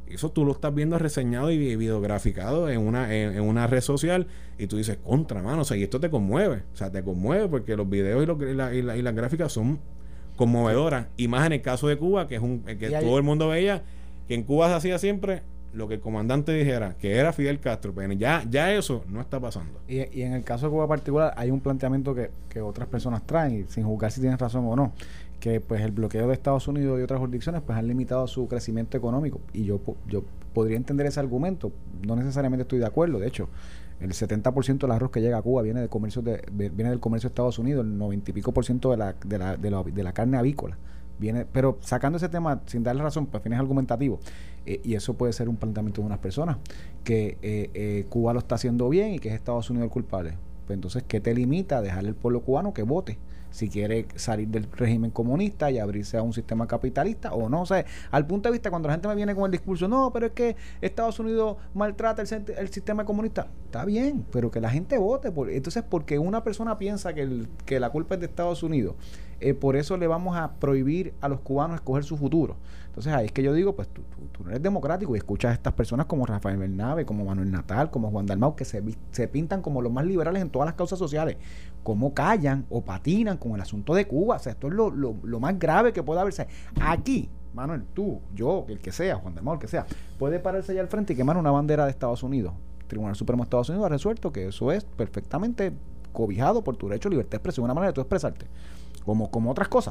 Eso tú lo estás viendo reseñado y videograficado en una, en, en una red social y tú dices, contra, mano, o sea, y esto te conmueve. O sea, te conmueve porque los videos y, los, y, la, y, la, y las gráficas son conmovedoras. Y más en el caso de Cuba, que es un que todo el mundo veía que en Cuba se hacía siempre lo que el comandante dijera, que era Fidel Castro. Pero ya, ya eso no está pasando. Y, y en el caso de Cuba particular, hay un planteamiento que, que otras personas traen, y sin juzgar si tienes razón o no, que pues el bloqueo de Estados Unidos y otras jurisdicciones pues han limitado su crecimiento económico. Y yo, yo podría entender ese argumento. No necesariamente estoy de acuerdo. De hecho, el setenta por ciento del arroz que llega a Cuba viene de comercio de, viene del comercio de Estados Unidos, el noventa y pico por ciento de la, de la, de la, de la carne avícola viene, pero sacando ese tema sin darle razón para fines argumentativos, eh, y eso puede ser un planteamiento de unas personas que eh, eh, Cuba lo está haciendo bien y que es Estados Unidos el culpable. Pues entonces, ¿qué te limita a dejarle al pueblo cubano que vote si quiere salir del régimen comunista y abrirse a un sistema capitalista o no? O sea, al punto de vista, cuando la gente me viene con el discurso, no, pero es que Estados Unidos maltrata el, el sistema comunista, está bien, pero que la gente vote. Por, entonces, porque una persona piensa que, el, que la culpa es de Estados Unidos, eh, por eso le vamos a prohibir a los cubanos escoger su futuro. Entonces, ahí es que yo digo, pues tú, tú, tú no eres democrático, y escuchas a estas personas como Rafael Bernabe, como Manuel Natal, como Juan Dalmau, que se, se pintan como los más liberales en todas las causas sociales, cómo callan o patinan con el asunto de Cuba. O sea, esto es lo, lo, lo más grave que puede haberse. Aquí, Manuel, tú, yo, el que sea, Juan Dalmau, el que sea, puede pararse allá al frente y quemar una bandera de Estados Unidos. El Tribunal Supremo de Estados Unidos ha resuelto que eso es perfectamente cobijado por tu derecho a libertad de expresión, una manera de tú expresarte, como, como otras cosas.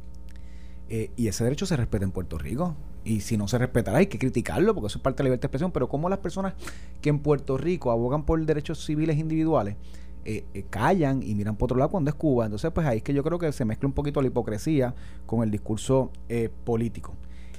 Eh, y ese derecho se respeta en Puerto Rico, y si no se respetará hay que criticarlo porque eso es parte de la libertad de expresión. Pero como las personas que en Puerto Rico abogan por derechos civiles individuales eh, eh, callan y miran por otro lado cuando es Cuba, entonces pues ahí es que yo creo que se mezcla un poquito la hipocresía con el discurso eh, político.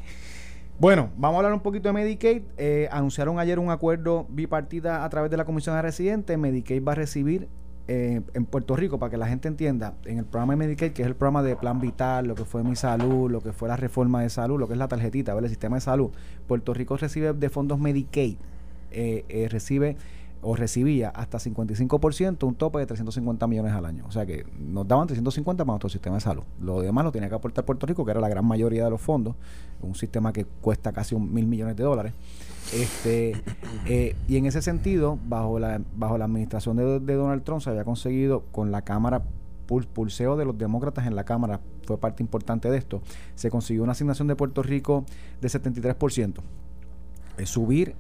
Bueno, vamos a hablar un poquito de Medicaid. Eh, anunciaron ayer un acuerdo bipartita a través de la Comisión de Residentes. Medicaid va a recibir Eh, en Puerto Rico, para que la gente entienda, en el programa de Medicaid, que es el programa de Plan Vital, lo que fue Mi Salud, lo que fue la reforma de salud, lo que es la tarjetita, ¿vale? El sistema de salud, Puerto Rico recibe de fondos Medicaid, eh, eh, recibe o recibía hasta cincuenta y cinco por ciento, un tope de trescientos cincuenta millones al año. O sea que nos daban trescientos cincuenta para nuestro sistema de salud. Lo demás lo tenía que aportar Puerto Rico, que era la gran mayoría de los fondos, un sistema que cuesta casi un mil millones de dólares. Este eh, y en ese sentido, bajo la bajo la administración de, de Donald Trump, se había conseguido con la Cámara, pul, pulseo de los demócratas en la Cámara fue parte importante de esto, se consiguió una asignación de Puerto Rico de setenta y tres por ciento, eh, subir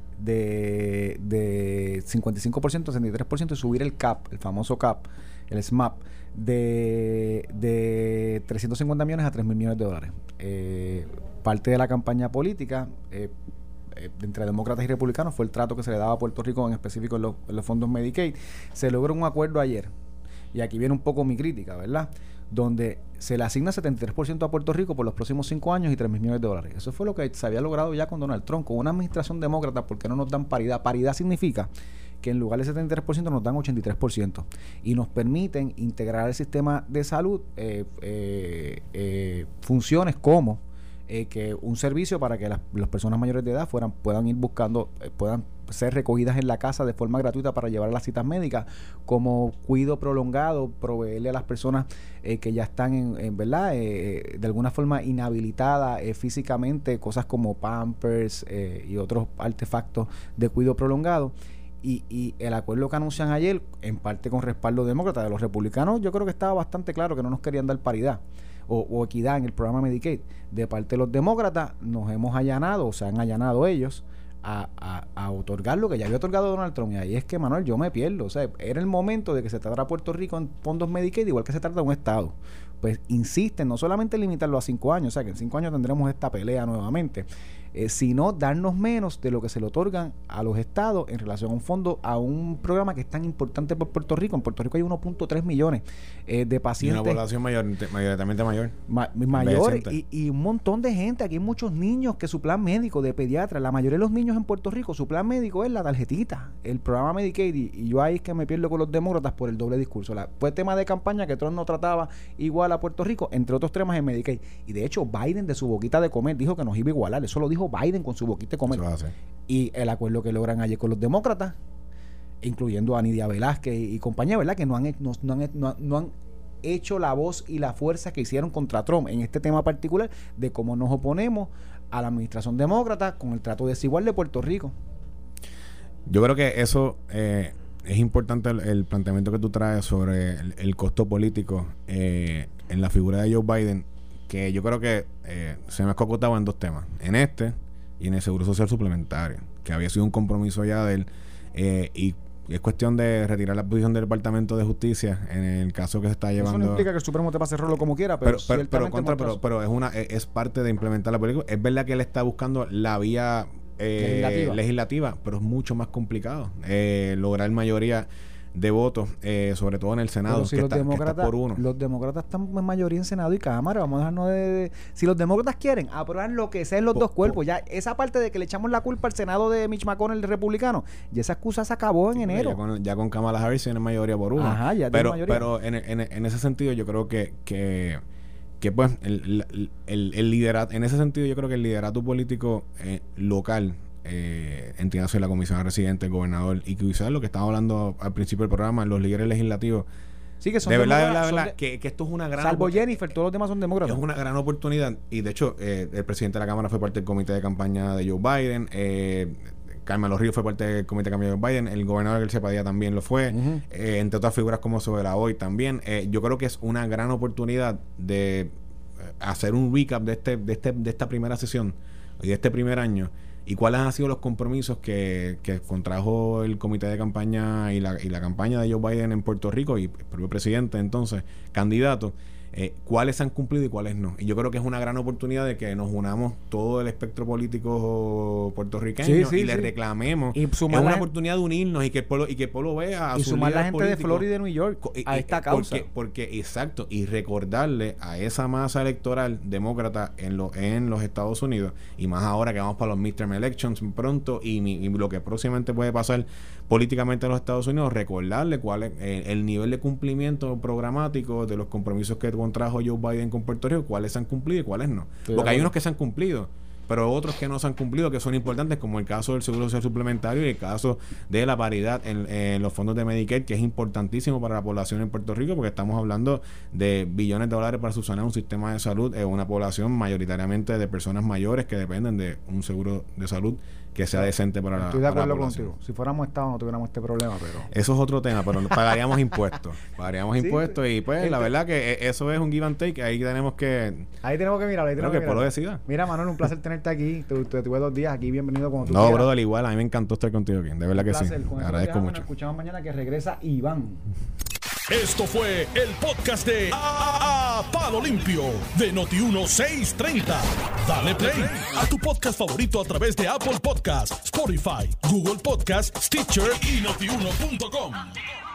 de, de cincuenta y cinco por ciento a sesenta y tres por ciento, y subir el cap, el famoso cap, el S M A P, de, de trescientos cincuenta millones a tres mil millones de dólares. Eh, parte de la campaña política eh, entre demócratas y republicanos fue el trato que se le daba a Puerto Rico, en específico en los, en los fondos Medicaid. Se logró un acuerdo ayer, y aquí viene un poco mi crítica, ¿verdad? Donde se le asigna setenta y tres por ciento a Puerto Rico por los próximos cinco años y tres mil millones de dólares. Eso fue lo que se había logrado ya con Donald Trump. Con una administración demócrata, ¿por qué no nos dan paridad? Paridad significa que en lugar del setenta y tres por ciento nos dan ochenta y tres por ciento y nos permiten integrar el sistema de salud eh, eh, eh, funciones como Eh, que un servicio para que las, las personas mayores de edad fueran puedan ir buscando, eh, puedan ser recogidas en la casa de forma gratuita para llevar a las citas médicas, como cuido prolongado, proveerle a las personas eh, que ya están en, en verdad eh, de alguna forma inhabilitadas eh, físicamente, cosas como Pampers eh, y otros artefactos de cuidado prolongado. Y, y el acuerdo que anuncian ayer, en parte con respaldo demócrata, de los republicanos, yo creo que estaba bastante claro que no nos querían dar paridad o, o equidad en el programa Medicaid. De parte de los demócratas, nos hemos allanado, o se han allanado ellos, a, a, a otorgar lo que ya había otorgado Donald Trump. Y ahí es que, Manuel, yo me pierdo. O sea, era el momento de que se tratara a Puerto Rico en fondos Medicaid, igual que se trata de un estado. Pues insisten, no solamente limitarlo a cinco años, o sea, que en cinco años tendremos esta pelea nuevamente, eh, sino darnos menos de lo que se le otorgan a los estados en relación a un fondo, a un programa que es tan importante por Puerto Rico. En Puerto Rico hay uno punto tres millones eh, de pacientes. Y una población mayor, mayoritariamente mayor. Ma, mayor y, y un montón de gente. Aquí hay muchos niños que su plan médico de pediatra, la mayoría de los niños en Puerto Rico, su plan médico es la tarjetita, el programa Medicaid. Y, y yo ahí es que me pierdo con los demócratas por el doble discurso. La, fue tema de campaña que Trump no trataba igual a Puerto Rico, entre otros temas en Medicaid. Y de hecho, Biden de su boquita de comer dijo que nos iba a igualar. Eso lo dijo Biden con su boquita de comer. Y el acuerdo que logran ayer con los demócratas, incluyendo a Nidia Velázquez y, y compañía, ¿verdad? Que no han, no, no han, no, no han hecho la voz y la fuerza que hicieron contra Trump en este tema particular de cómo nos oponemos a la administración demócrata con el trato desigual de Puerto Rico. Yo creo que eso eh, es importante, el, el planteamiento que tú traes sobre el, el costo político eh, en la figura de Joe Biden, que yo creo que eh, se me escocotaba en dos temas, en este y en el Seguro Social Suplementario, que había sido un compromiso ya de él, eh, y es cuestión de retirar la posición del Departamento de Justicia en el caso que se está llevando. Eso no implica que el Supremo te pase rolo como quiera, pero pero, pero, pero, contra, pero, pero es una es, es parte de implementar la política. Es verdad que él está buscando la vía eh, legislativa. legislativa, pero es mucho más complicado eh, lograr mayoría de votos, eh, sobre todo en el Senado, si que, los está, que está por uno. Los demócratas están en mayoría en Senado y Cámara. Vamos a dejarnos de, de... Si los demócratas quieren, aprueban lo que sea en los po, dos cuerpos. Po, ya esa parte de que le echamos la culpa al Senado de Mitch McConnell, el republicano, ya esa excusa se acabó en sí, enero. Ya con, ya con Kamala Harris tiene mayoría por uno. Ajá, ya pero, mayoría. Pero en, en, en ese sentido yo creo que... que que pues el, el, el, el liderato, en ese sentido yo creo que el liderato político eh, local, eh, entiéndase la comisión residente, el gobernador, y quizás lo que estaba hablando al principio del programa, los líderes legislativos, sí, que son de verdad, de verdad, son verdad de, que, que esto es una gran salvo Jennifer, todos los demás son demócratas. Es una gran oportunidad, y de hecho eh, el presidente de la Cámara fue parte del comité de campaña de Joe Biden, eh, Carmelo Ríos fue parte del comité de campaña de Joe Biden, el gobernador García Padilla también lo fue, uh-huh. eh, entre otras figuras como Sobera hoy también. Eh, yo creo que es una gran oportunidad de hacer un recap de este, de este, de esta primera sesión y de este primer año, y cuáles han sido los compromisos que, que contrajo el comité de campaña y la, y la campaña de Joe Biden en Puerto Rico y el propio presidente, entonces candidato, eh, cuáles han cumplido y cuáles no. Y yo creo que es una gran oportunidad de que nos unamos todo el espectro político puertorriqueño sí, sí, y le sí. reclamemos. Y es una oportunidad de unirnos y que el pueblo, y que el pueblo vea a y su sumar la gente político, de Florida y de New York a y, esta y, causa. Porque, porque, exacto, y recordarle a esa masa electoral demócrata en, lo, en los Estados Unidos, y más ahora que vamos para los midterm elections pronto, y, y lo que próximamente puede pasar políticamente en los Estados Unidos, recordarle cuál es eh, el nivel de cumplimiento programático de los compromisos que contrajo Joe Biden con Puerto Rico, cuáles se han cumplido y cuáles no. Sí, porque hay unos que se han cumplido, pero otros que no se han cumplido, que son importantes, como el caso del Seguro Social Suplementario y el caso de la paridad en, en los fondos de Medicaid, que es importantísimo para la población en Puerto Rico, porque estamos hablando de billones de dólares para subsanar un sistema de salud en una población mayoritariamente de personas mayores que dependen de un seguro de salud que sea decente para la Estoy de acuerdo contigo. Si fuéramos Estado no tuviéramos este problema, pero... Eso es otro tema, pero pagaríamos impuestos. Pagaríamos sí, impuestos y pues el la verdad que eso es un give and take. Ahí tenemos que... Ahí tenemos que mirar, ahí tenemos que, que mirar. Decida. Mira, Manuel, un placer tenerte aquí. Te, te tuve dos días aquí, bienvenido como tú No, quieras. brother, igual. A mí me encantó estar contigo aquí. De verdad que placer. sí. Con agradezco mucho. Nos escuchamos mañana que regresa Iván. Esto fue el podcast de A, A Palo Limpio de Noti uno seiscientos treinta. Dale play a tu podcast favorito a través de Apple Podcasts, Spotify, Google Podcasts, Stitcher y notiuno punto com.